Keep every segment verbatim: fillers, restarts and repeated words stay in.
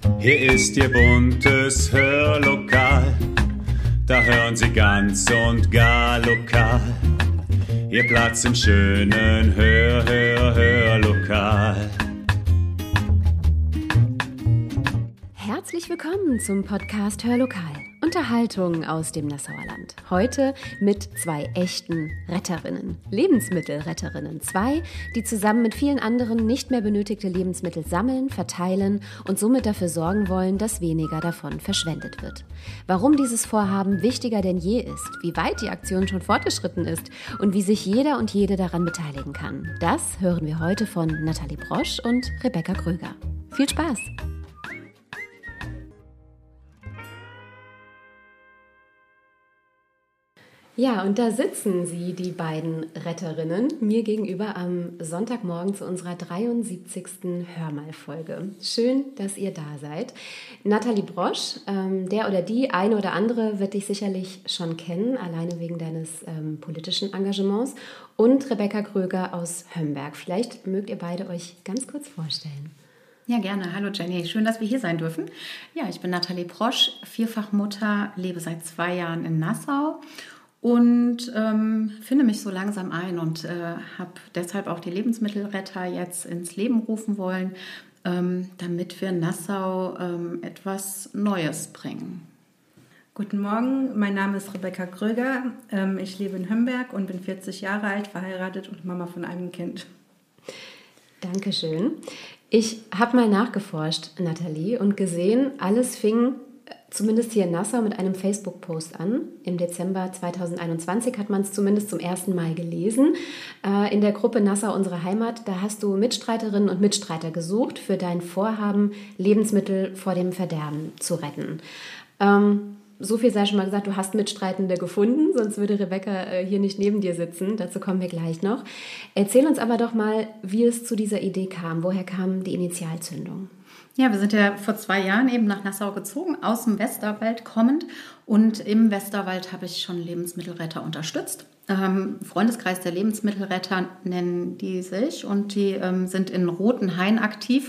Hier ist Ihr buntes Hörlokal, da hören Sie ganz und gar lokal. Ihr Platz im schönen Hör, Hör, Hörlokal. Herzlich willkommen zum Podcast Hörlokal. Unterhaltung aus dem Nassauer Land. Heute mit zwei echten Retterinnen, Lebensmittelretterinnen. Zwei, die zusammen mit vielen anderen nicht mehr benötigte Lebensmittel sammeln, verteilen und somit dafür sorgen wollen, dass weniger davon verschwendet wird. Warum dieses Vorhaben wichtiger denn je ist, wie weit die Aktion schon fortgeschritten ist und wie sich jeder und jede daran beteiligen kann, das hören wir heute von Nathalie Brosch und Rebecca Kröger. Viel Spaß! Ja, und da sitzen sie, die beiden Retterinnen, mir gegenüber am Sonntagmorgen zu unserer dreiundsiebzigsten Hörmal-Folge. Schön, dass ihr da seid. Nathalie Brosch, ähm, der oder die eine oder andere wird dich sicherlich schon kennen, alleine wegen deines ähm, politischen Engagements. Und Rebecca Kröger aus Hömberg. Vielleicht mögt ihr beide euch ganz kurz vorstellen. Ja, gerne. Hallo Jenny, schön, dass wir hier sein dürfen. Ja, ich bin Nathalie Brosch, Vierfachmutter, lebe seit zwei Jahren in Nassau. Und ähm, finde mich so langsam ein und äh, habe deshalb auch die Lebensmittelretter jetzt ins Leben rufen wollen, ähm, damit wir Nassau ähm, etwas Neues bringen. Guten Morgen, mein Name ist Rebecca Kröger. Ähm, ich lebe in Hömberg und bin vierzig Jahre alt, verheiratet und Mama von einem Kind. Dankeschön. Ich habe mal nachgeforscht, Nathalie, und gesehen, alles fing zumindest hier in Nassau mit einem Facebook-Post an. Im Dezember zweitausendeinundzwanzig hat man es zumindest zum ersten Mal gelesen. Äh, in der Gruppe Nassau, unsere Heimat, da hast du Mitstreiterinnen und Mitstreiter gesucht für dein Vorhaben, Lebensmittel vor dem Verderben zu retten. Ähm, so viel sei schon mal gesagt, du hast Mitstreitende gefunden, sonst würde Rebecca äh, hier nicht neben dir sitzen. Dazu kommen wir gleich noch. Erzähl uns aber doch mal, wie es zu dieser Idee kam. Woher kam die Initialzündung? Ja, wir sind ja vor zwei Jahren eben nach Nassau gezogen, aus dem Westerwald kommend. Und im Westerwald habe ich schon Lebensmittelretter unterstützt. Ähm, Freundeskreis der Lebensmittelretter nennen die sich und die ähm, sind in Rotenhain aktiv.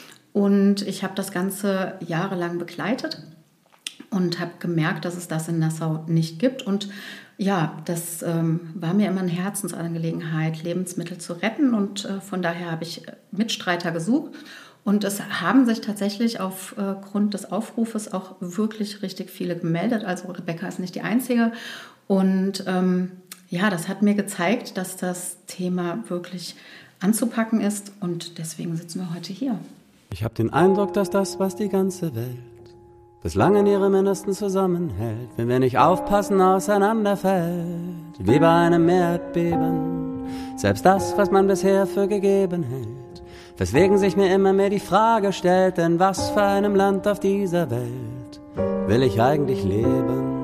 Und ich habe das Ganze jahrelang begleitet und habe gemerkt, dass es das in Nassau nicht gibt. Und ja, das ähm, war mir immer eine Herzensangelegenheit, Lebensmittel zu retten. Und äh, von daher habe ich Mitstreiter gesucht. Und es haben sich tatsächlich aufgrund des Aufrufes auch wirklich richtig viele gemeldet. Also Rebecca ist nicht die Einzige. Und ähm, ja, das hat mir gezeigt, dass das Thema wirklich anzupacken ist. Und deswegen sitzen wir heute hier. Ich habe den Eindruck, dass das, was die ganze Welt bislang in ihrem Innersten zusammenhält, wenn wir nicht aufpassen, auseinanderfällt. Wie bei einem Erdbeben. Selbst das, was man bisher für gegeben hält. Weswegen sich mir immer mehr die Frage stellt, in was für einem Land auf dieser Welt will ich eigentlich leben?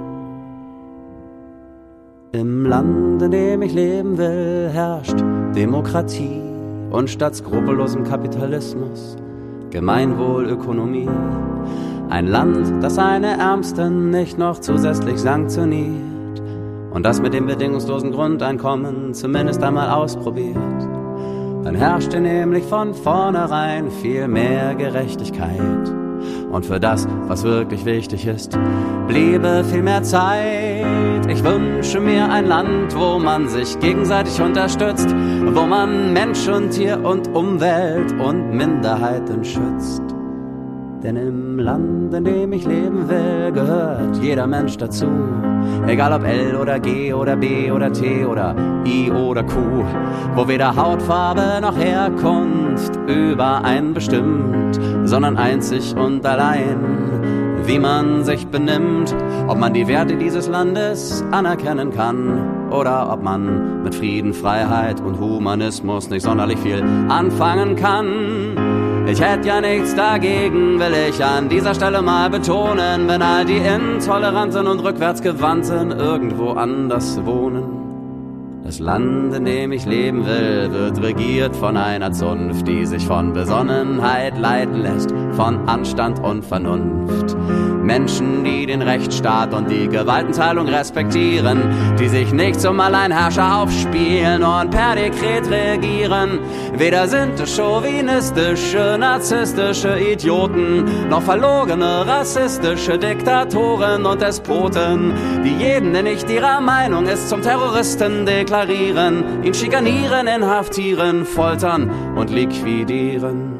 Im Land, in dem ich leben will, herrscht Demokratie und statt skrupellosem Kapitalismus Gemeinwohlökonomie. Ein Land, das seine Ärmsten nicht noch zusätzlich sanktioniert und das mit dem bedingungslosen Grundeinkommen zumindest einmal ausprobiert. Dann herrschte nämlich von vornherein viel mehr Gerechtigkeit. Und für das, was wirklich wichtig ist, bliebe viel mehr Zeit. Ich wünsche mir ein Land, wo man sich gegenseitig unterstützt, wo man Mensch und Tier und Umwelt und Minderheiten schützt. Denn im Land, in dem ich leben will, gehört jeder Mensch dazu. Egal ob L oder G oder B oder T oder I oder Q, wo weder Hautfarbe noch Herkunft über einen bestimmt, sondern einzig und allein, wie man sich benimmt, ob man die Werte dieses Landes anerkennen kann oder ob man mit Frieden, Freiheit und Humanismus nicht sonderlich viel anfangen kann. Ich hätte ja nichts dagegen, will ich an dieser Stelle mal betonen, wenn all die Intoleranten und Rückwärtsgewandten irgendwo anders wohnen. Das Land, in dem ich leben will, wird regiert von einer Zunft, die sich von Besonnenheit leiten lässt, von Anstand und Vernunft. Menschen, die den Rechtsstaat und die Gewaltenteilung respektieren, die sich nicht zum Alleinherrscher aufspielen und per Dekret regieren. Weder sind es chauvinistische, narzisstische Idioten, noch verlogene, rassistische Diktatoren und Despoten, die jeden, der nicht ihrer Meinung ist, zum Terroristen deklarieren, ihn schikanieren, inhaftieren, foltern und liquidieren.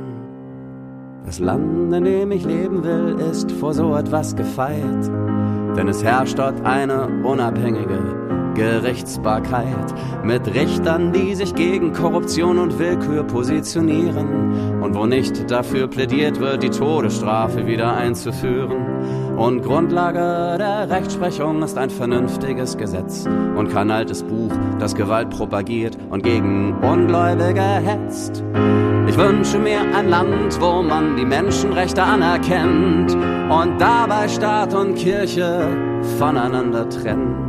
Das Land, in dem ich leben will, ist vor so etwas gefeit, denn es herrscht dort eine unabhängige Gerichtsbarkeit mit Richtern, die sich gegen Korruption und Willkür positionieren und wo nicht dafür plädiert wird, die Todesstrafe wieder einzuführen. Und Grundlage der Rechtsprechung ist ein vernünftiges Gesetz und kein altes Buch, das Gewalt propagiert und gegen Ungläubige hetzt. Ich wünsche mir ein Land, wo man die Menschenrechte anerkennt und dabei Staat und Kirche voneinander trennt.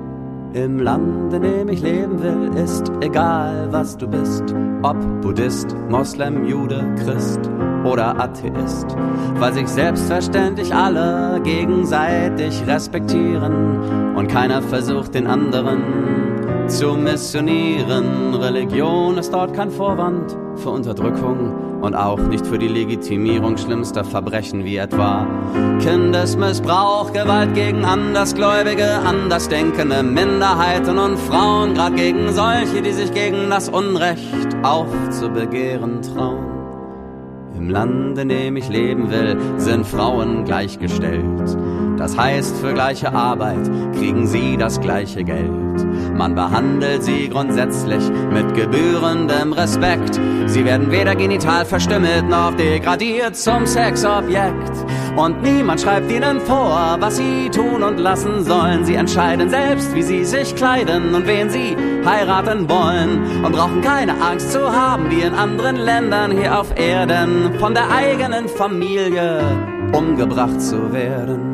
Im Land, in dem ich leben will, ist egal, was du bist, ob Buddhist, Moslem, Jude, Christ oder Atheist, weil sich selbstverständlich alle gegenseitig respektieren und keiner versucht, den anderen zu missionieren. Religion ist dort kein Vorwand für Unterdrückung und auch nicht für die Legitimierung schlimmster Verbrechen wie etwa Kindesmissbrauch, Gewalt gegen Andersgläubige, Andersdenkende, Minderheiten und Frauen, gerade gegen solche, die sich gegen das Unrecht aufzubegehren trauen. Im Land, in dem ich leben will, sind Frauen gleichgestellt. Das heißt, für gleiche Arbeit kriegen sie das gleiche Geld. Man behandelt sie grundsätzlich mit gebührendem Respekt. Sie werden weder genital verstümmelt noch degradiert zum Sexobjekt. Und niemand schreibt ihnen vor, was sie tun und lassen sollen. Sie entscheiden selbst, wie sie sich kleiden und wen sie heiraten wollen. Und brauchen keine Angst zu haben, wie in anderen Ländern hier auf Erden, von der eigenen Familie umgebracht zu werden.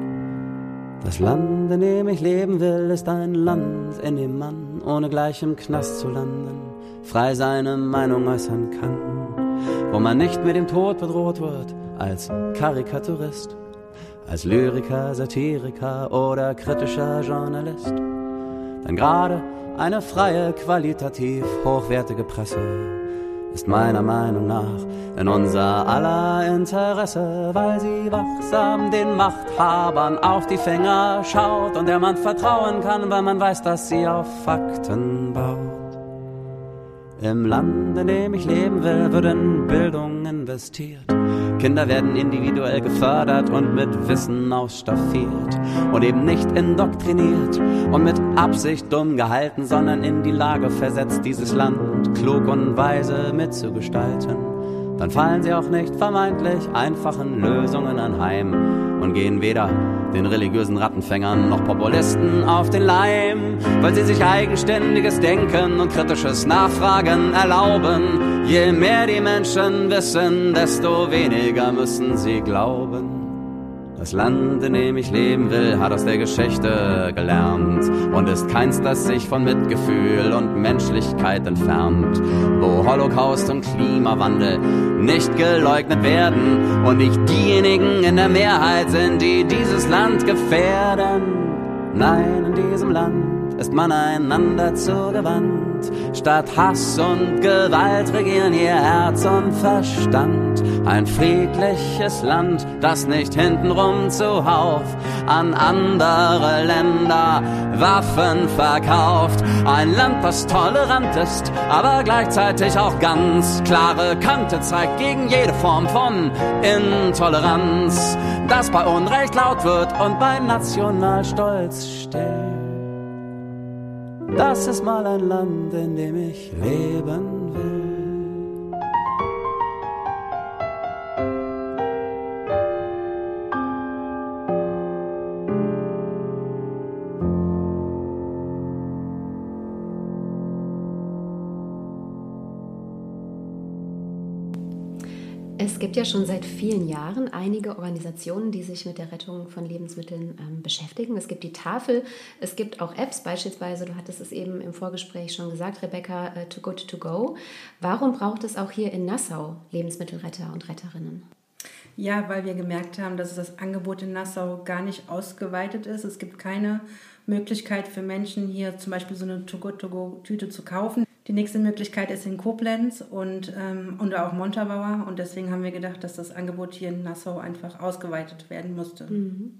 Das Land, in dem ich leben will, ist ein Land, in dem man ohne gleich im Knast zu landen frei seine Meinung äußern kann, wo man nicht mit dem Tod bedroht wird als Karikaturist, als Lyriker, Satiriker oder kritischer Journalist. Denn gerade eine freie, qualitativ hochwertige Presse ist meiner Meinung nach in unser aller Interesse, weil sie wachsam den Machthabern auf die Finger schaut und der man vertrauen kann, weil man weiß, dass sie auf Fakten baut. Im Land, in dem ich leben will, wird in Bildung investiert. Kinder werden individuell gefördert und mit Wissen ausstaffiert und eben nicht indoktriniert und mit Absicht dumm gehalten, sondern in die Lage versetzt, dieses Land klug und weise mitzugestalten. Dann fallen sie auch nicht vermeintlich einfachen Lösungen anheim und gehen weder den religiösen Rattenfängern noch Populisten auf den Leim, weil sie sich eigenständiges Denken und kritisches Nachfragen erlauben. Je mehr die Menschen wissen, desto weniger müssen sie glauben. Das Land, in dem ich leben will, hat aus der Geschichte gelernt und ist keins, das sich von Mitgefühl und Menschlichkeit entfernt, wo Holocaust und Klimawandel nicht geleugnet werden und nicht diejenigen in der Mehrheit sind, die dieses Land gefährden. Nein, in diesem Land ist man einander zugewandt. Statt Hass und Gewalt regieren ihr Herz und Verstand. Ein friedliches Land, das nicht hintenrum zuhauf an andere Länder Waffen verkauft. Ein Land, das tolerant ist, aber gleichzeitig auch ganz klare Kante zeigt gegen jede Form von Intoleranz, das bei Unrecht laut wird und bei Nationalstolz still. Das ist mal ein Land, in dem ich leben will. Es gibt ja schon seit vielen Jahren einige Organisationen, die sich mit der Rettung von Lebensmitteln ähm, beschäftigen. Es gibt die Tafel, es gibt auch Apps, beispielsweise, du hattest es eben im Vorgespräch schon gesagt, Rebecca, äh, Too Good To Go. Warum braucht es auch hier in Nassau Lebensmittelretter und Retterinnen? Ja, weil wir gemerkt haben, dass das Angebot in Nassau gar nicht ausgeweitet ist. Es gibt keine Möglichkeit für Menschen, hier zum Beispiel so eine To-Go-To-Go-Tüte zu kaufen. Die nächste Möglichkeit ist in Koblenz und, ähm, und auch Montabaur. Und deswegen haben wir gedacht, dass das Angebot hier in Nassau einfach ausgeweitet werden musste. Mhm.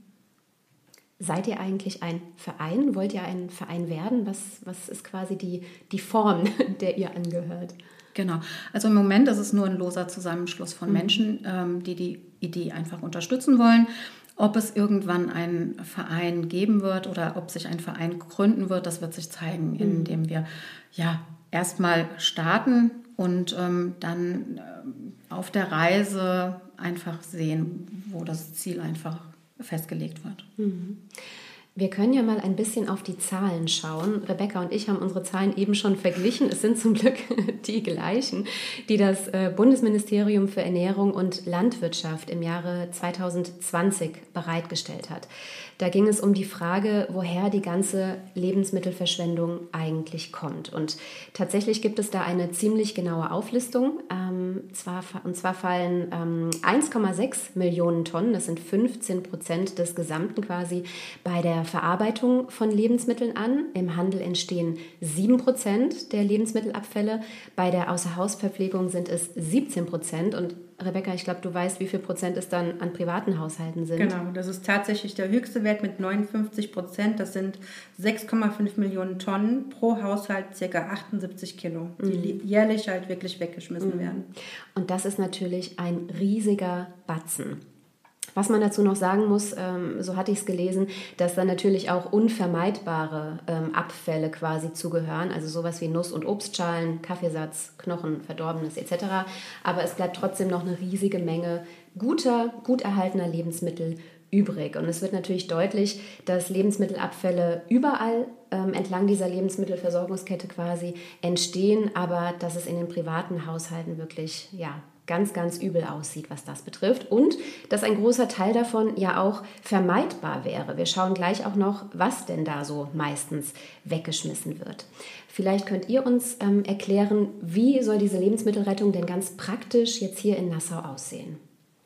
Seid ihr eigentlich ein Verein? Wollt ihr ein Verein werden? Was, was ist quasi die, die Form, der ihr angehört? Genau. Also im Moment ist es nur ein loser Zusammenschluss von Menschen, ähm, die die Idee einfach unterstützen wollen. Ob es irgendwann einen Verein geben wird oder ob sich ein Verein gründen wird, das wird sich zeigen, mhm. indem wir ja erstmal starten und ähm, dann ähm, auf der Reise einfach sehen, wo das Ziel einfach festgelegt wird. Mhm. Wir können ja mal ein bisschen auf die Zahlen schauen. Rebecca und ich haben unsere Zahlen eben schon verglichen. Es sind zum Glück die gleichen, die das Bundesministerium für Ernährung und Landwirtschaft im Jahre zwanzig zwanzig bereitgestellt hat. Da ging es um die Frage, woher die ganze Lebensmittelverschwendung eigentlich kommt. Und tatsächlich gibt es da eine ziemlich genaue Auflistung. Ähm, zwar, und zwar fallen ähm, eins Komma sechs Millionen Tonnen, das sind fünfzehn Prozent des Gesamten quasi, bei der Verarbeitung von Lebensmitteln an. Im Handel entstehen sieben Prozent der Lebensmittelabfälle. Bei der Außerhausverpflegung sind es siebzehn Prozent. Und Rebecca, ich glaube, du weißt, wie viel Prozent es dann an privaten Haushalten sind. Genau, das ist tatsächlich der höchste Wert mit neunundfünfzig Prozent. Das sind sechs Komma fünf Millionen Tonnen, pro Haushalt ca. achtundsiebzig Kilo, die mhm. jährlich halt wirklich weggeschmissen mhm. werden. Und das ist natürlich ein riesiger Batzen. Was man dazu noch sagen muss, ähm, so hatte ich es gelesen, dass da natürlich auch unvermeidbare ähm, Abfälle quasi zugehören, also sowas wie Nuss- und Obstschalen, Kaffeesatz, Knochen, Verdorbenes et cetera. Aber es bleibt trotzdem noch eine riesige Menge guter, gut erhaltener Lebensmittel übrig. Und es wird natürlich deutlich, dass Lebensmittelabfälle überall ähm, entlang dieser Lebensmittelversorgungskette quasi entstehen, aber dass es in den privaten Haushalten wirklich, ja, ganz, ganz übel aussieht, was das betrifft. Und dass ein großer Teil davon ja auch vermeidbar wäre. Wir schauen gleich auch noch, was denn da so meistens weggeschmissen wird. Vielleicht könnt ihr uns ähm, erklären, wie soll diese Lebensmittelrettung denn ganz praktisch jetzt hier in Nassau aussehen?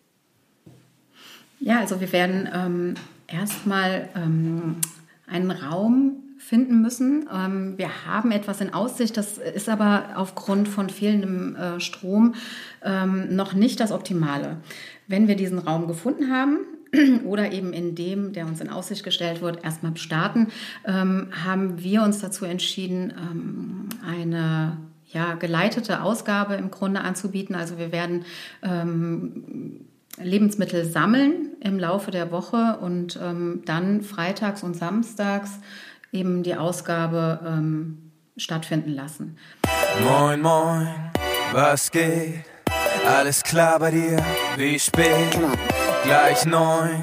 Ja, also wir werden ähm, erstmal ähm, einen Raum finden müssen. Ähm, wir haben etwas in Aussicht, das ist aber aufgrund von fehlendem äh, Strom ähm, noch nicht das Optimale. Wenn wir diesen Raum gefunden haben oder eben in dem, der uns in Aussicht gestellt wird, erstmal starten, ähm, haben wir uns dazu entschieden, ähm, eine ja, geleitete Ausgabe im Grunde anzubieten. Also wir werden ähm, Lebensmittel sammeln im Laufe der Woche und ähm, dann freitags und samstags eben die Ausgabe ähm, stattfinden lassen. Moin, moin, was geht? Alles klar bei dir? Wie spät? Gleich neun,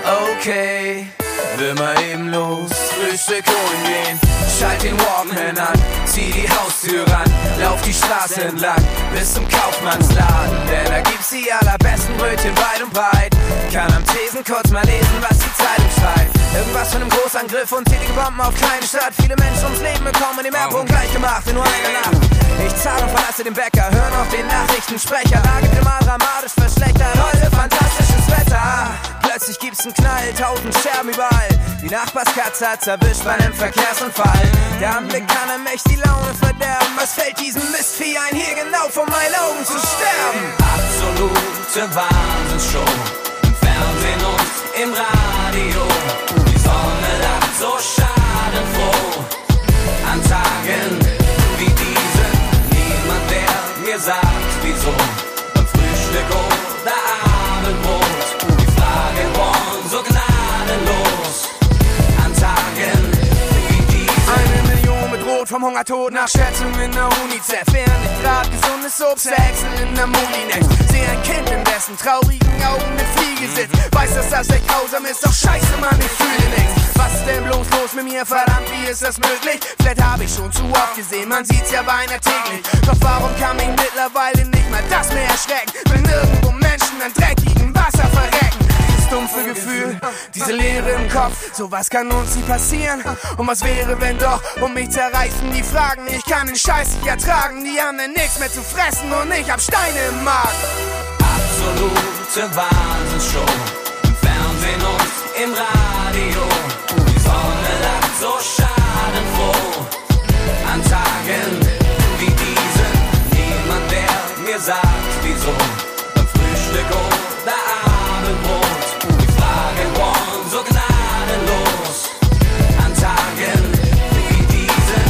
okay. Will mal eben los, Frühstück holen gehen. Schalt den Walkman an, zieh die Haustür ran, lauf die Straße entlang bis zum Kaufmannsladen. Denn da gibt's die allerbesten Brötchen weit und breit. Kann am Tresen kurz mal lesen, was die Zeitung schreibt. Irgendwas von einem Großangriff und tätige Bomben auf kleine Stadt. Viele Menschen ums Leben bekommen im Erdboden gleich gemacht in nur einer Nacht. Ich zahle und verlasse den Bäcker, hör noch den Nachrichtensprecher. Lage wieder mal dramatisch verschlechtert, heute fantastisches Wetter. Plötzlich gibt's einen Knall, tausend Scherben überall. Die Nachbarskatze hat's erwischt bei einem Verkehrsunfall. Der Anblick kann einem echt die Laune verderben. Was fällt diesem Mistvieh ein, hier genau vor meinen Augen zu sterben? Absolute Wahnsinnsshow, im Fernsehen und im Radio. Die Sonne lacht so schadenfroh an Tagen wie diesen. Niemand, der mir sagt, wieso beim Frühstück oder Abendbrot. Die Fragen wollen so gnadenlos an Tagen wie diesen. Eine Million bedroht vom Hungertod nach Schätzungen der UNICEF. Während ich grad gesundes Obst wechsel in der Molinex. Sehe ein Kind, in dessen traurigen Augen eine Fliege sitzt. Weiß, dass das echt grausam ist, doch scheiße, Mann, ich fühle nichts. Was ist denn bloß los mit mir, verdammt, wie ist das möglich? Vielleicht habe ich schon zu oft gesehen, man sieht's ja beinahe täglich. Doch warum kann mich mittlerweile nicht mal das mehr erschrecken? Wenn irgendwo Menschen an dreckigem Wasser verrecken. Dieses dumpfe Gefühl, diese Leere im Kopf, sowas kann uns nie passieren. Und was wäre, wenn doch, um mich zerreißen die Fragen. Ich kann den Scheiß nicht ertragen, die haben denn nichts mehr zu fressen und ich hab Steine im Magen. Absolute absolute Wahnsinnsshow. Im Fernsehen und im Radio. Die Sonne lacht so schadenfroh. An Tagen wie diesen, niemand, der mir sagt, wieso. Beim Frühstück oder Abendbrot. Die Fragen wollen so gnadenlos. An Tagen wie diesen.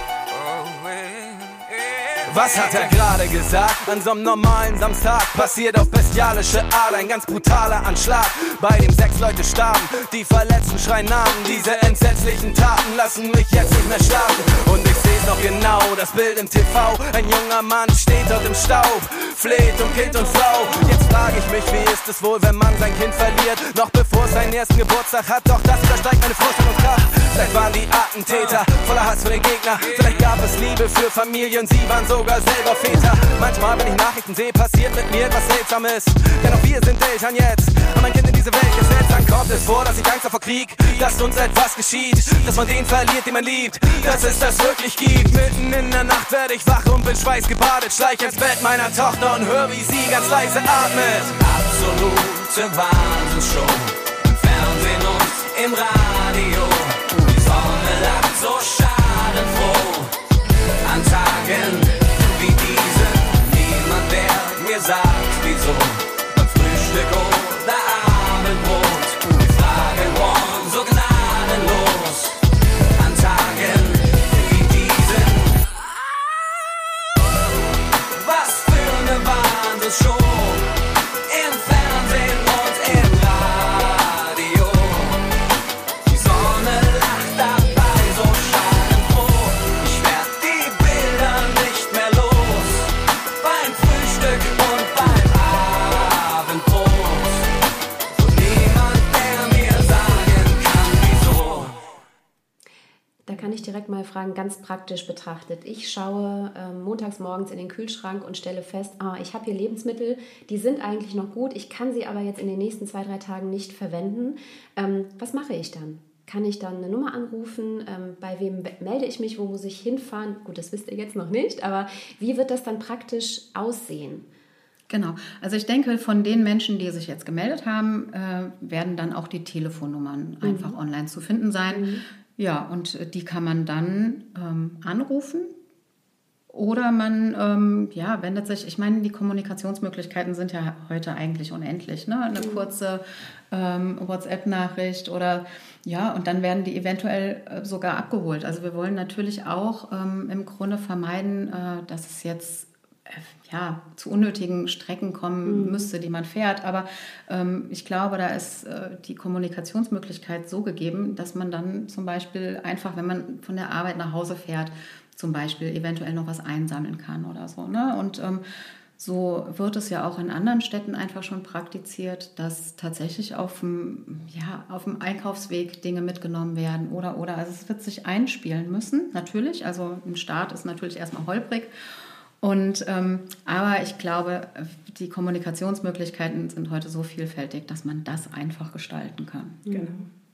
Was hat er gerade gesagt? An so einem normalen Samstag passiert auf bestialische Art ein ganz brutaler Anschlag, bei dem sechs Leute starben. Die Verletzten schreien Namen. Diese entsetzlichen Taten lassen mich jetzt nicht mehr schlafen. Und ich seh's noch genau, das Bild im T V. Ein junger Mann steht dort im Staub, fleht um Kind und Frau. Jetzt frage ich mich, wie ist es wohl, wenn man sein Kind verliert? Noch bevor es seinen ersten Geburtstag hat, doch das übersteigt meine Vorstellungskraft. Vielleicht waren die Attentäter voller Hass für den Gegner. Vielleicht gab es Liebe für Familien, sie waren sogar selber Väter. Manchmal, wenn ich Nachrichten sehe, passiert mit mir etwas Seltsames. Denn auch wir sind Eltern jetzt, haben ein Kind in diese Welt gesetzt. Dann kommt es vor, dass ich Angst vor Krieg, dass uns etwas geschieht, dass man den verliert, den man liebt, dass es das wirklich gibt. Mitten in der Nacht werde ich wach und bin schweißgebadet, schleich ins Bett meiner Tochter und hör, wie sie ganz leise atmet. Absolute Wahnsinnsshow. Im Fernsehen und im Radio. Die Sonne lacht so schadenfroh. An Tagen wie diese, niemand, der mir sagt, wieso. Beim Frühstück oder Abendbrot. Die Fragen wollen so gnadenlos. An Tagen wie diesen. Was für eine Wahnsinnsshow. Im Fernsehen und im Radio. Die Sonne lacht dabei so schadenfroh. Ich werd die Bilder nicht mehr los. Beim Frühstück und beim Abendbrot. Und niemand, der mir sagen kann, wieso. Da kann ich direkt mal fragen, ganz praktisch betrachtet. Ich schaue ähm, montags morgens in den Kühlschrank und stelle fest, ah, ich habe hier Lebensmittel, die sind eigentlich noch gut, ich kann sie aber jetzt in den nächsten zwei, drei Tagen nicht verwenden. Ähm, was mache ich dann? Kann ich dann eine Nummer anrufen? Ähm, bei wem melde ich mich? Wo muss ich hinfahren? Gut, das wisst ihr jetzt noch nicht, aber wie wird das dann praktisch aussehen? Genau. Also ich denke, von den Menschen, die sich jetzt gemeldet haben, äh, werden dann auch die Telefonnummern mhm. einfach online zu finden sein. Mhm. Ja, und die kann man dann ähm, anrufen. Oder man ähm, ja, wendet sich, ich meine, die Kommunikationsmöglichkeiten sind ja heute eigentlich unendlich. Ne? Eine mhm. kurze ähm, WhatsApp-Nachricht oder ja, und dann werden die eventuell äh, sogar abgeholt. Also wir wollen natürlich auch ähm, im Grunde vermeiden, äh, dass es jetzt äh, ja, zu unnötigen Strecken kommen mhm. müsste, die man fährt. Aber ähm, ich glaube, da ist äh, die Kommunikationsmöglichkeit so gegeben, dass man dann zum Beispiel einfach, wenn man von der Arbeit nach Hause fährt, zum Beispiel eventuell noch was einsammeln kann oder so. Ne? Und ähm, so wird es ja auch in anderen Städten einfach schon praktiziert, dass tatsächlich auf dem, ja, auf dem Einkaufsweg Dinge mitgenommen werden oder, oder. Also es wird sich einspielen müssen, natürlich. Also ein Start ist natürlich erstmal holprig. Und, ähm, aber ich glaube, die Kommunikationsmöglichkeiten sind heute so vielfältig, dass man das einfach gestalten kann. Genau.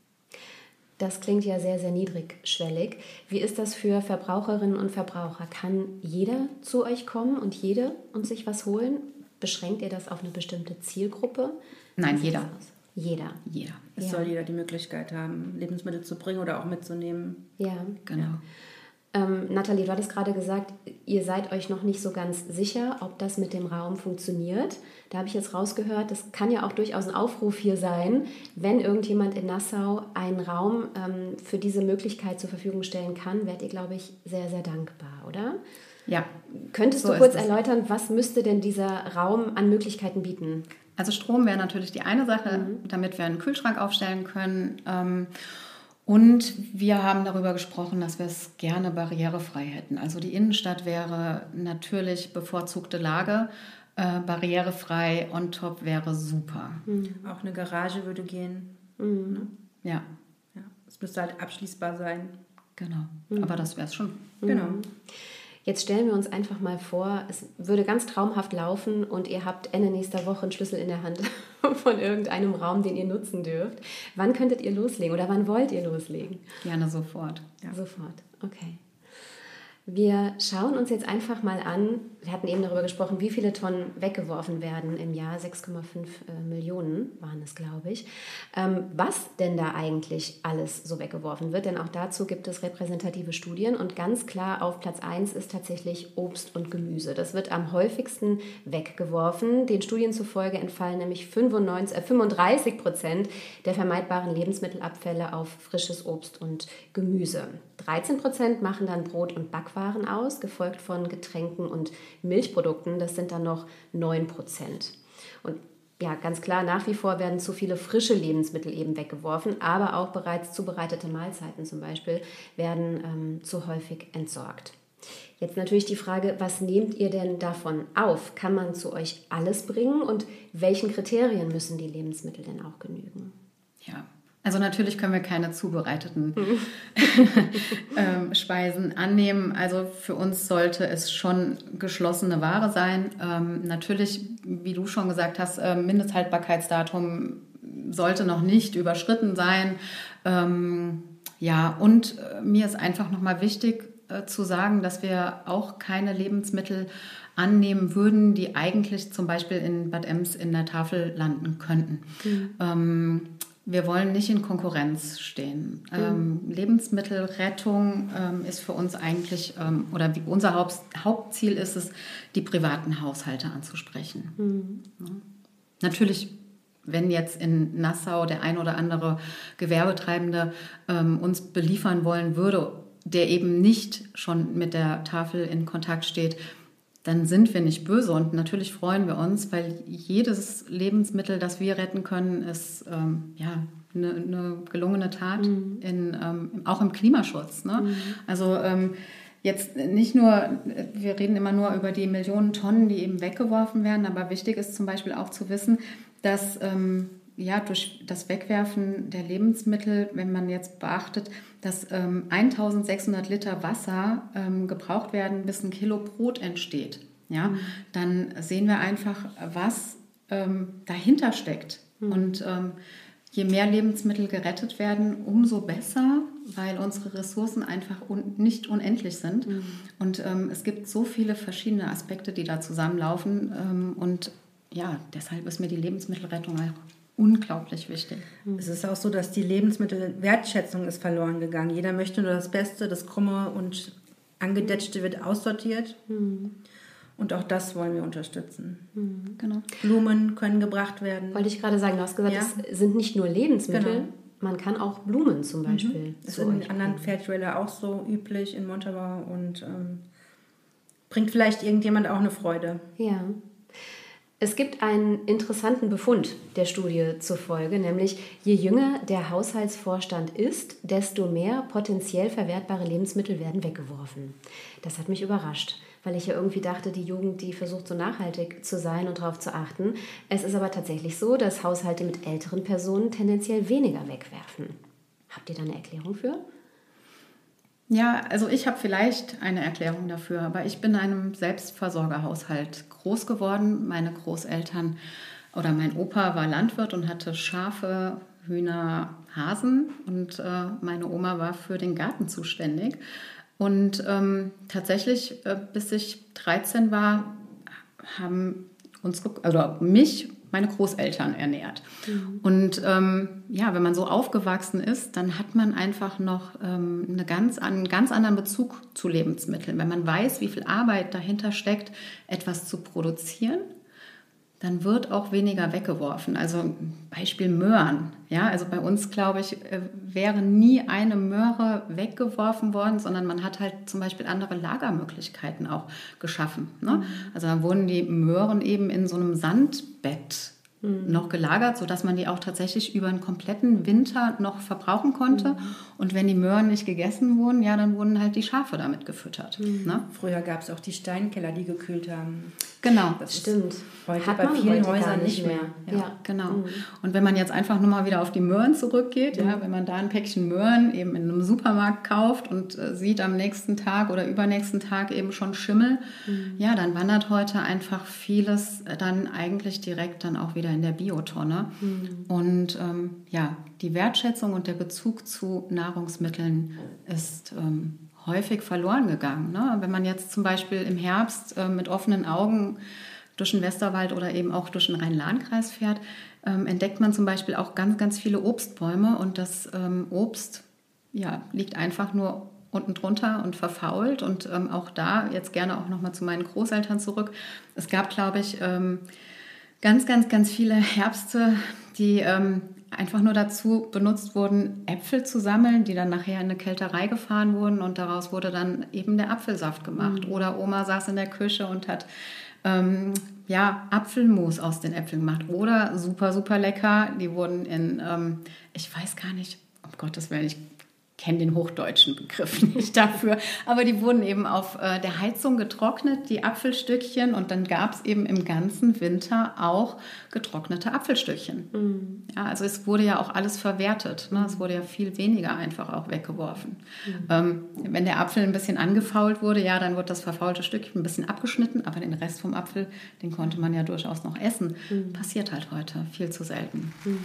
Das klingt ja sehr, sehr niedrigschwellig. Wie ist das für Verbraucherinnen und Verbraucher? Kann jeder zu euch kommen und jede und sich was holen? Beschränkt ihr das auf eine bestimmte Zielgruppe? Nein, jeder. Jeder. Jeder. Es Ja. soll jeder die Möglichkeit haben, Lebensmittel zu bringen oder auch mitzunehmen. Ja, Genau. Ja. Ähm, Nathalie, du hattest gerade gesagt, ihr seid euch noch nicht so ganz sicher, ob das mit dem Raum funktioniert. Da habe ich jetzt rausgehört, das kann ja auch durchaus ein Aufruf hier sein, wenn irgendjemand in Nassau einen Raum ähm, für diese Möglichkeit zur Verfügung stellen kann, werdet ihr, glaube ich, sehr, sehr dankbar, oder? Ja. Könntest So du kurz ist es. erläutern, was müsste denn dieser Raum an Möglichkeiten bieten? Also Strom wäre natürlich die eine Sache, Mhm. damit wir einen Kühlschrank aufstellen können. Ähm, Und wir haben darüber gesprochen, dass wir es gerne barrierefrei hätten. Also die Innenstadt wäre natürlich bevorzugte Lage, äh, barrierefrei, on top wäre super. Auch eine Garage würde gehen. Mhm. Ja, Ja, es müsste halt abschließbar sein. genau. Aber das wäre es schon. Genau. Jetzt stellen wir uns einfach mal vor, es würde ganz traumhaft laufen und ihr habt Ende nächster Woche einen Schlüssel in der Hand von irgendeinem Raum, den ihr nutzen dürft. Wann könntet ihr loslegen oder wann wollt ihr loslegen? Gerne sofort. Ja. Sofort, okay. Wir schauen uns jetzt einfach mal an, wir hatten eben darüber gesprochen, wie viele Tonnen weggeworfen werden im Jahr. sechs Komma fünf Millionen waren es, glaube ich. Ähm, was denn da eigentlich alles so weggeworfen wird? Denn auch dazu gibt es repräsentative Studien. Und ganz klar auf Platz eins ist tatsächlich Obst und Gemüse. Das wird am häufigsten weggeworfen. Den Studien zufolge entfallen nämlich fünfundneunzig, äh, fünfunddreißig Prozent der vermeidbaren Lebensmittelabfälle auf frisches Obst und Gemüse. dreizehn Prozent machen dann Brot- und Backwaren aus, gefolgt von Getränken und Milchprodukten. Das sind dann noch neun Prozent. Und ja, ganz klar, nach wie vor werden zu viele frische Lebensmittel eben weggeworfen, aber auch bereits zubereitete Mahlzeiten zum Beispiel werden ähm, zu häufig entsorgt. Jetzt natürlich die Frage, was nehmt ihr denn davon auf? Kann man zu euch alles bringen und welchen Kriterien müssen die Lebensmittel denn auch genügen? Ja, also natürlich können wir keine zubereiteten ähm, Speisen annehmen. Also für uns sollte es schon geschlossene Ware sein. Ähm, natürlich, wie du schon gesagt hast, äh, Mindesthaltbarkeitsdatum sollte noch nicht überschritten sein. Ähm, ja, und äh, mir ist einfach nochmal wichtig äh, zu sagen, dass wir auch keine Lebensmittel annehmen würden, die eigentlich zum Beispiel in Bad Ems in der Tafel landen könnten. Mhm. Ähm, Wir wollen nicht in Konkurrenz stehen. Mhm. Ähm, Lebensmittelrettung ähm, ist für uns eigentlich, ähm, oder wie unser Haupt, Hauptziel ist es, die privaten Haushalte anzusprechen. Mhm. Ja. Natürlich, wenn jetzt in Nassau der ein oder andere Gewerbetreibende ähm, uns beliefern wollen würde, der eben nicht schon mit der Tafel in Kontakt steht, dann sind wir nicht böse und natürlich freuen wir uns, weil jedes Lebensmittel, das wir retten können, ist ähm, ja, eine, eine gelungene Tat, mhm. in, ähm, auch im Klimaschutz. Ne? Mhm. Also ähm, jetzt nicht nur, wir reden immer nur über die Millionen Tonnen, die eben weggeworfen werden, aber wichtig ist zum Beispiel auch zu wissen, dass ähm, ja, durch das Wegwerfen der Lebensmittel, wenn man jetzt beachtet, dass ähm, eintausendsechshundert Liter Wasser ähm, gebraucht werden, bis ein Kilo Brot entsteht, ja, mhm. dann sehen wir einfach, was ähm, dahinter steckt. Mhm. Und ähm, je mehr Lebensmittel gerettet werden, umso besser, weil unsere Ressourcen einfach un- nicht unendlich sind. Mhm. Und ähm, es gibt so viele verschiedene Aspekte, die da zusammenlaufen. Ähm, und ja, deshalb ist mir die Lebensmittelrettung auch unglaublich wichtig. Es ist auch so, dass die Lebensmittelwertschätzung ist verloren gegangen. Jeder möchte nur das Beste, das Krumme und Angedetschte wird aussortiert. Mhm. Und auch das wollen wir unterstützen. Mhm. Genau. Blumen können gebracht werden. Wollte ich gerade sagen, du hast gesagt, ja. Es sind nicht nur Lebensmittel, genau. Man kann auch Blumen zum Beispiel. Mhm. Das ist in anderen Fairtrader auch so üblich in Montabaur und ähm, bringt vielleicht irgendjemand auch eine Freude. Ja. Es gibt einen interessanten Befund der Studie zufolge, nämlich je jünger der Haushaltsvorstand ist, desto mehr potenziell verwertbare Lebensmittel werden weggeworfen. Das hat mich überrascht, weil ich ja irgendwie dachte, die Jugend, die versucht so nachhaltig zu sein und darauf zu achten. Es ist aber tatsächlich so, dass Haushalte mit älteren Personen tendenziell weniger wegwerfen. Habt ihr da eine Erklärung für? Ja, also ich habe vielleicht eine Erklärung dafür, aber ich bin in einem Selbstversorgerhaushalt groß geworden. Meine Großeltern oder mein Opa war Landwirt und hatte Schafe, Hühner, Hasen und äh, meine Oma war für den Garten zuständig. Und ähm, tatsächlich, äh, bis ich dreizehn war, haben unsere, oder mich meine Großeltern ernährt. Mhm. Und ähm, ja, wenn man so aufgewachsen ist, dann hat man einfach noch ähm, eine ganz, einen ganz anderen Bezug zu Lebensmitteln. Wenn man weiß, wie viel Arbeit dahinter steckt, etwas zu produzieren, dann wird auch weniger weggeworfen. Also Beispiel Möhren. Ja, also bei uns, glaube ich, wäre nie eine Möhre weggeworfen worden, sondern man hat halt zum Beispiel andere Lagermöglichkeiten auch geschaffen. Ne? Mhm. Also dann wurden die Möhren eben in so einem Sandbett mhm. noch gelagert, sodass man die auch tatsächlich über einen kompletten Winter noch verbrauchen konnte. Mhm. Und wenn die Möhren nicht gegessen wurden, ja, dann wurden halt die Schafe damit gefüttert. Mhm. Ne? Früher gab es auch die Steinkeller, die gekühlt haben. Genau. Das stimmt. Heute hat bei vielen Häusern nicht mehr. mehr. Ja, genau. Mhm. Und wenn man jetzt einfach nur mal wieder auf die Möhren zurückgeht, mhm. ja, wenn man da ein Päckchen Möhren eben in einem Supermarkt kauft und äh, sieht am nächsten Tag oder übernächsten Tag eben schon Schimmel, mhm. ja, dann wandert heute einfach vieles dann eigentlich direkt dann auch wieder in der Biotonne. Mhm. Und ähm, ja, die Wertschätzung und der Bezug zu Nahrungsmitteln ist ähm, häufig verloren gegangen. Ne? Wenn man jetzt zum Beispiel im Herbst äh, mit offenen Augen durch den Westerwald oder eben auch durch den Rhein-Lahn-Kreis fährt, ähm, entdeckt man zum Beispiel auch ganz, ganz viele Obstbäume und das ähm, Obst ja, liegt einfach nur unten drunter und verfault und ähm, auch da, jetzt gerne auch nochmal zu meinen Großeltern zurück, es gab, glaube ich, ähm, ganz, ganz, ganz viele Herbste, die ähm, einfach nur dazu benutzt wurden, Äpfel zu sammeln, die dann nachher in eine Kälterei gefahren wurden und daraus wurde dann eben der Apfelsaft gemacht. Mhm. Oder Oma saß in der Küche und hat ähm, ja, Apfelmus aus den Äpfeln gemacht. Oder super, super lecker, die wurden in, ähm, ich weiß gar nicht, um Gottes Willen, ich kenne den hochdeutschen Begriff nicht dafür, aber die wurden eben auf äh, der Heizung getrocknet, die Apfelstückchen, und dann gab es eben im ganzen Winter auch getrocknete Apfelstückchen. Mhm. Ja, also es wurde ja auch alles verwertet, ne? Es wurde ja viel weniger einfach auch weggeworfen. Mhm. Ähm, wenn der Apfel ein bisschen angefault wurde, ja, dann wird das verfaulte Stückchen ein bisschen abgeschnitten, aber den Rest vom Apfel, den konnte man ja durchaus noch essen. Mhm. Passiert halt heute viel zu selten. Mhm.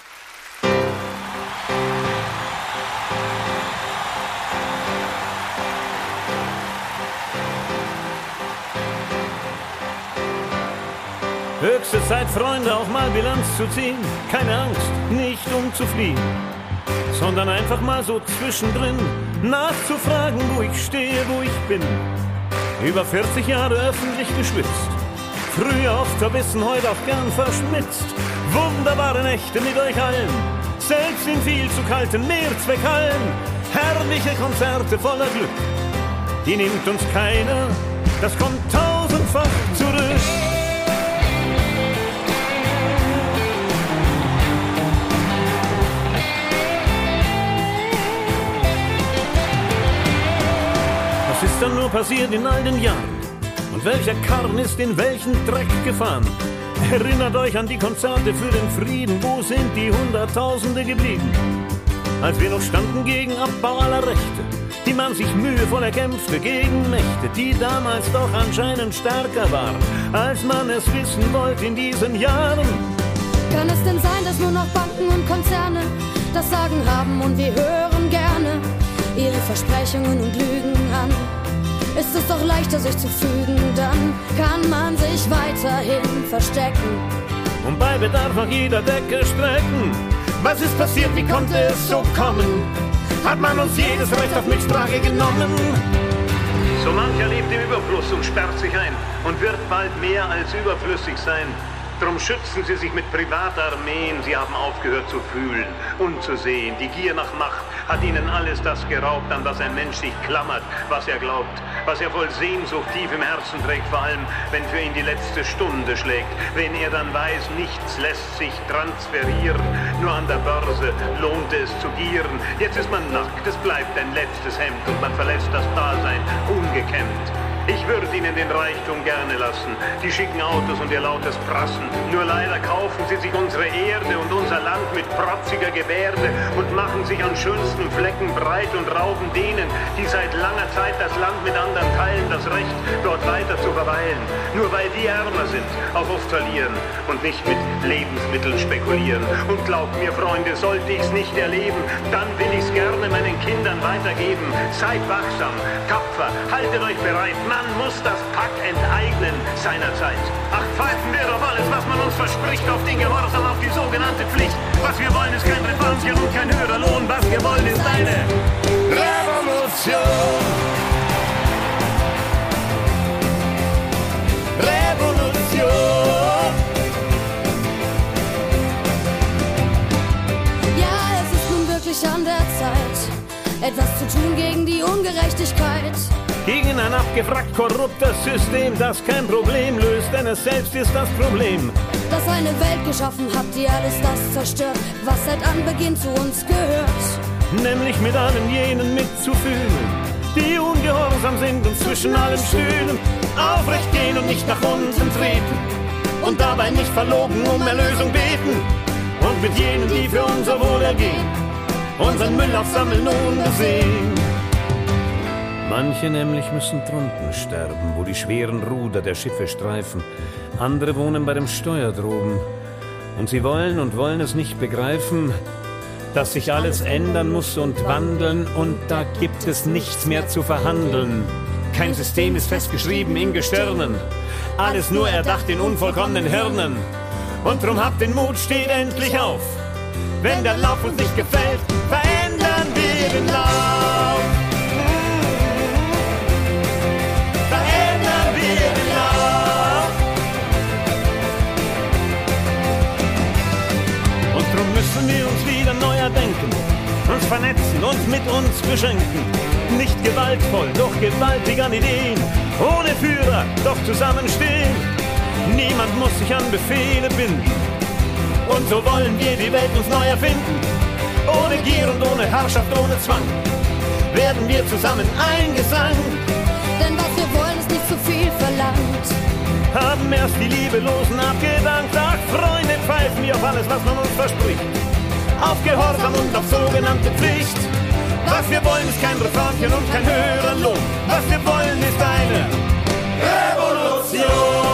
Höchste Zeit, Freunde, auch mal Bilanz zu ziehen. Keine Angst, nicht um zu fliehen, sondern einfach mal so zwischendrin nachzufragen, wo ich stehe, wo ich bin. Über vierzig Jahre öffentlich geschwitzt, früher oft verbissen, heute auch gern verschmitzt. Wunderbare Nächte mit euch allen, selbst in viel zu kalten Mehrzweckhallen. Herrliche Konzerte voller Glück, die nimmt uns keiner, das kommt tausendfach zurück. Was ist dann nur passiert in all den Jahren? Und welcher Karren ist in welchen Dreck gefahren? Erinnert euch an die Konzerte für den Frieden. Wo sind die Hunderttausende geblieben? Als wir noch standen gegen Abbau aller Rechte, die man sich mühevoll erkämpfte, gegen Mächte, die damals doch anscheinend stärker waren, als man es wissen wollte in diesen Jahren. Kann es denn sein, dass nur noch Banken und Konzerne das Sagen haben und wir hören gerne ihre Versprechungen und Lügen an? Ist es doch leichter, sich zu fügen, dann kann man sich weiterhin verstecken und bei Bedarf nach jeder Decke strecken. Was ist passiert, wie konnte es so kommen? Hat man uns jedes Recht auf Mitsprache genommen? So mancher lebt im Überfluss und sperrt sich ein und wird bald mehr als überflüssig sein. Drum schützen sie sich mit Privatarmeen, sie haben aufgehört zu fühlen und zu sehen. Die Gier nach Macht hat ihnen alles das geraubt, an das ein Mensch sich klammert, was er glaubt, was er voll Sehnsucht tief im Herzen trägt, vor allem, wenn für ihn die letzte Stunde schlägt. Wenn er dann weiß, nichts lässt sich transferieren, nur an der Börse lohnt es zu gieren. Jetzt ist man nackt, es bleibt ein letztes Hemd und man verlässt das Dasein ungekämmt. Ich würde ihnen den Reichtum gerne lassen, die schicken Autos und ihr lautes Prassen. Nur leider kaufen sie sich unsere Erde und unser Land mit protziger Gebärde und machen sich an schönsten Flecken breit und rauben denen, die seit langer Zeit das Land mit anderen teilen, das Recht, dort weiter zu verweilen. Nur weil die ärmer sind, auch oft verlieren und nicht mit Lebensmitteln spekulieren. Und glaubt mir, Freunde, sollte ich's nicht erleben, dann will ich's gerne meinen Kindern weitergeben. Seid wachsam, tapfer, haltet euch bereit. Man muss das Pack enteignen seiner Zeit. Ach, pfeifen wir doch alles, was man uns verspricht, auf den Gehorsam, auf die sogenannte Pflicht. Was wir wollen, ist kein Revanche und kein höherer Lohn. Was wir wollen, ist eine Revolution. Revolution. Ja, es ist nun wirklich an der Zeit, etwas zu tun gegen die Ungerechtigkeit. Gegen ein abgewrackt korruptes System, das kein Problem löst, denn es selbst ist das Problem. Das eine Welt geschaffen hat, die alles das zerstört, was seit Anbeginn zu uns gehört. Nämlich mit allen jenen mitzufühlen, die ungehorsam sind und zwischen allen Stühlen aufrecht gehen und nicht nach unten treten und dabei nicht verlogen um Erlösung beten und mit jenen, die für unser Wohl ergehen, unseren Müll aufsammeln ohne Sehen. Manche nämlich müssen drunten sterben, wo die schweren Ruder der Schiffe streifen. Andere wohnen bei dem Steuer droben. Und sie wollen und wollen es nicht begreifen, dass sich alles ändern muss und wandeln und da gibt es nichts mehr zu verhandeln. Kein System ist festgeschrieben in Gestirnen, alles nur erdacht in unvollkommenen Hirnen. Und drum habt den Mut, steht endlich auf. Wenn der Lauf uns nicht gefällt, verändern wir den Lauf. Verändern wir den Lauf. Und drum müssen wir uns wieder neu erdenken, uns vernetzen und mit uns beschenken. Nicht gewaltvoll, doch gewaltig an Ideen, ohne Führer, doch zusammenstehen. Niemand muss sich an Befehle binden. Und so wollen wir die Welt uns neu erfinden. Ohne Gier und ohne Herrschaft, ohne Zwang werden wir zusammen ein Gesang. Denn was wir wollen, ist nicht zu viel verlangt. Haben erst die Liebelosen abgedankt. Ach Freunde, pfeifen wir auf alles, was man uns verspricht. Auf Gehorsam und auf sogenannte Pflicht. Was wir wollen, ist kein Reformchen und kein höherer Lohn. Was wir wollen, ist eine Revolution.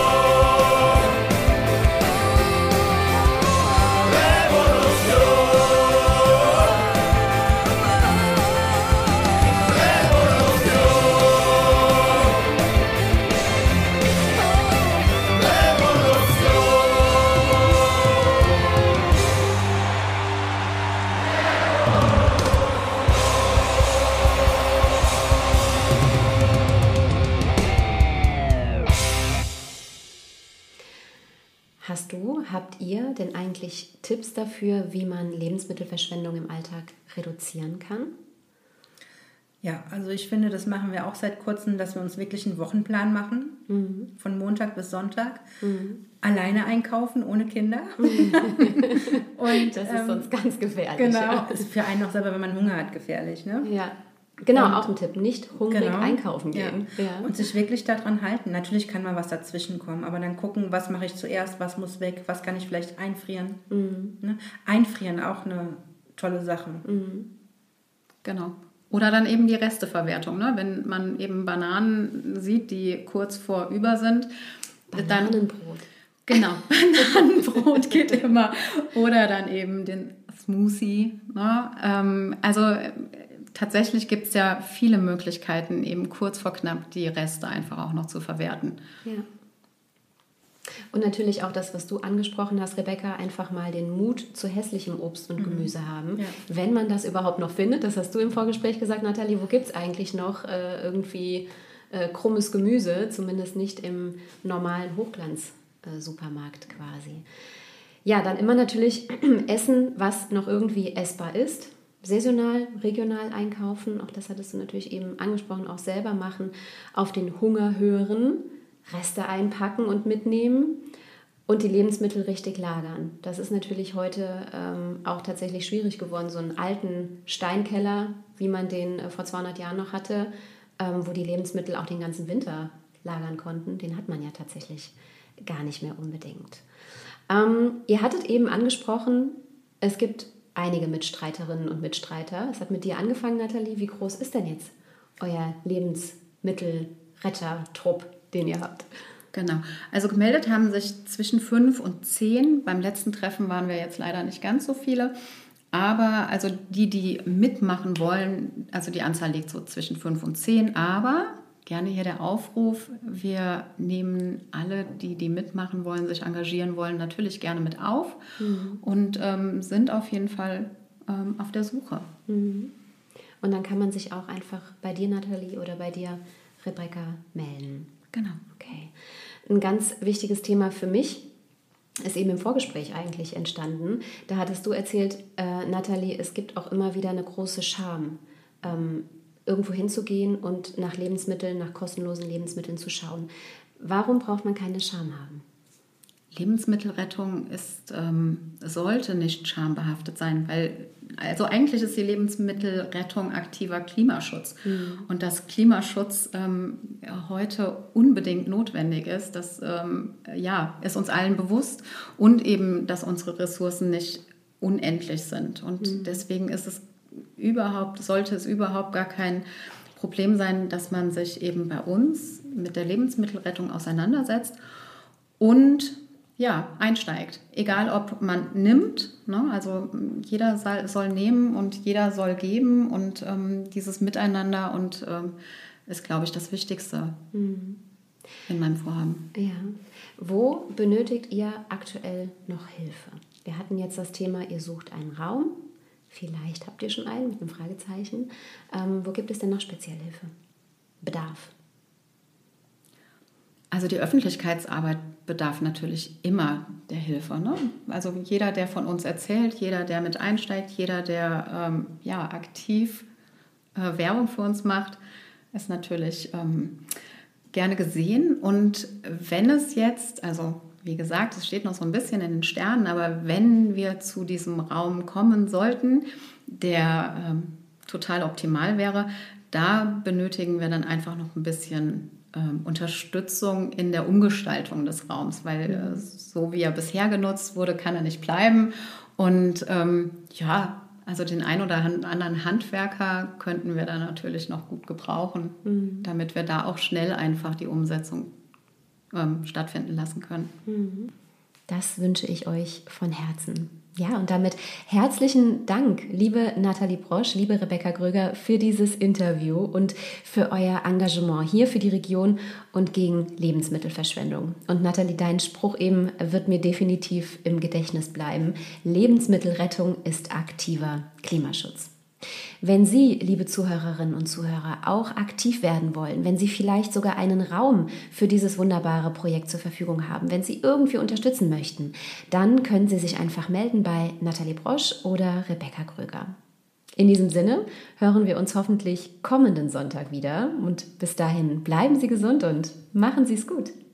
Hast du, habt ihr denn eigentlich Tipps dafür, wie man Lebensmittelverschwendung im Alltag reduzieren kann? Ja, also ich finde, das machen wir auch seit kurzem, dass wir uns wirklich einen Wochenplan machen, mhm. von Montag bis Sonntag, mhm. alleine einkaufen, ohne Kinder. Mhm. Und, das ist ähm, sonst ganz gefährlich. Genau, ja. Ist für einen auch selber, wenn man Hunger hat, gefährlich. Ne? Ja. Genau, und, auch ein Tipp, nicht hungrig genau, einkaufen gehen. Ja. Ja. Und sich wirklich daran halten. Natürlich kann mal was dazwischen kommen, aber dann gucken, was mache ich zuerst, was muss weg, was kann ich vielleicht einfrieren. Mhm. Ne? Einfrieren, auch eine tolle Sache. Mhm. Genau. Oder dann eben die Resteverwertung, ne? Wenn man eben Bananen sieht, die kurz vor über sind. Bananenbrot. Genau, Bananenbrot geht immer. Oder dann eben den Smoothie. Ne? Ähm, also tatsächlich gibt es ja viele Möglichkeiten, eben kurz vor knapp die Reste einfach auch noch zu verwerten. Ja. Und natürlich auch das, was du angesprochen hast, Rebecca, einfach mal den Mut zu hässlichem Obst und Gemüse mhm. haben. Ja. Wenn man das überhaupt noch findet, das hast du im Vorgespräch gesagt, Nathalie, wo gibt es eigentlich noch äh, irgendwie äh, krummes Gemüse, zumindest nicht im normalen Hochglanz-Supermarkt äh, quasi. Ja, dann immer natürlich essen, was noch irgendwie essbar ist. Saisonal, regional einkaufen, auch das hattest du natürlich eben angesprochen, auch selber machen, auf den Hunger hören, Reste einpacken und mitnehmen und die Lebensmittel richtig lagern. Das ist natürlich heute ähm, auch tatsächlich schwierig geworden, so einen alten Steinkeller, wie man den äh, vor zweihundert Jahren noch hatte, ähm, wo die Lebensmittel auch den ganzen Winter lagern konnten, den hat man ja tatsächlich gar nicht mehr unbedingt. Ähm, ihr hattet eben angesprochen, es gibt einige Mitstreiterinnen und Mitstreiter. Es hat mit dir angefangen, Nathalie. Wie groß ist denn jetzt euer Lebensmittelretter-Trupp, den ihr habt? Genau. Also gemeldet haben sich zwischen fünf und zehn. Beim letzten Treffen waren wir jetzt leider nicht ganz so viele. Aber also die, die mitmachen wollen, also die Anzahl liegt so zwischen fünf und zehn. Aber gerne hier der Aufruf, wir nehmen alle, die, die mitmachen wollen, sich engagieren wollen, natürlich gerne mit auf mhm. und ähm, sind auf jeden Fall ähm, auf der Suche. Mhm. Und dann kann man sich auch einfach bei dir, Nathalie, oder bei dir, Rebecca, melden. Genau. Okay. Ein ganz wichtiges Thema für mich ist eben im Vorgespräch eigentlich entstanden. Da hattest du erzählt, äh, Nathalie, es gibt auch immer wieder eine große Scham, ähm, irgendwo hinzugehen und nach Lebensmitteln, nach kostenlosen Lebensmitteln zu schauen. Warum braucht man keine Scham haben? Lebensmittelrettung ist, ähm, sollte nicht schambehaftet sein, weil also eigentlich ist die Lebensmittelrettung aktiver Klimaschutz. Mhm. Und dass Klimaschutz ähm, heute unbedingt notwendig ist, das ähm, ja, ist uns allen bewusst und eben, dass unsere Ressourcen nicht unendlich sind. Und mhm. deswegen ist es überhaupt, sollte es überhaupt gar kein Problem sein, dass man sich eben bei uns mit der Lebensmittelrettung auseinandersetzt und ja, einsteigt. Egal, ob man nimmt, ne? Also jeder soll, soll nehmen und jeder soll geben und ähm, dieses Miteinander und ähm, ist, glaube ich, das Wichtigste mhm. in meinem Vorhaben. Ja. Wo benötigt ihr aktuell noch Hilfe? Wir hatten jetzt das Thema, ihr sucht einen Raum. Vielleicht habt ihr schon einen mit einem Fragezeichen. Ähm, wo gibt es denn noch spezielle Hilfe? Bedarf? Also die Öffentlichkeitsarbeit bedarf natürlich immer der Hilfe. Ne? Also jeder, der von uns erzählt, jeder, der mit einsteigt, jeder, der ähm, ja, aktiv äh, Werbung für uns macht, ist natürlich ähm, gerne gesehen. Und wenn es jetzt, also wie gesagt, es steht noch so ein bisschen in den Sternen, aber wenn wir zu diesem Raum kommen sollten, der ähm, total optimal wäre, da benötigen wir dann einfach noch ein bisschen ähm, Unterstützung in der Umgestaltung des Raums, weil äh, so wie er bisher genutzt wurde, kann er nicht bleiben. Und ähm, ja, also den einen oder anderen Handwerker könnten wir da natürlich noch gut gebrauchen, mhm. damit wir da auch schnell einfach die Umsetzung ähm, stattfinden lassen können. Mhm. Das wünsche ich euch von Herzen. Ja, und damit herzlichen Dank, liebe Nathalie Brosch, liebe Rebecca Gröger, für dieses Interview und für euer Engagement hier für die Region und gegen Lebensmittelverschwendung. Und Nathalie, dein Spruch eben wird mir definitiv im Gedächtnis bleiben. Lebensmittelrettung ist aktiver Klimaschutz. Wenn Sie, liebe Zuhörerinnen und Zuhörer, auch aktiv werden wollen, wenn Sie vielleicht sogar einen Raum für dieses wunderbare Projekt zur Verfügung haben, wenn Sie irgendwie unterstützen möchten, dann können Sie sich einfach melden bei Nathalie Brosch oder Rebecca Gröger. In diesem Sinne hören wir uns hoffentlich kommenden Sonntag wieder und bis dahin bleiben Sie gesund und machen Sie es gut.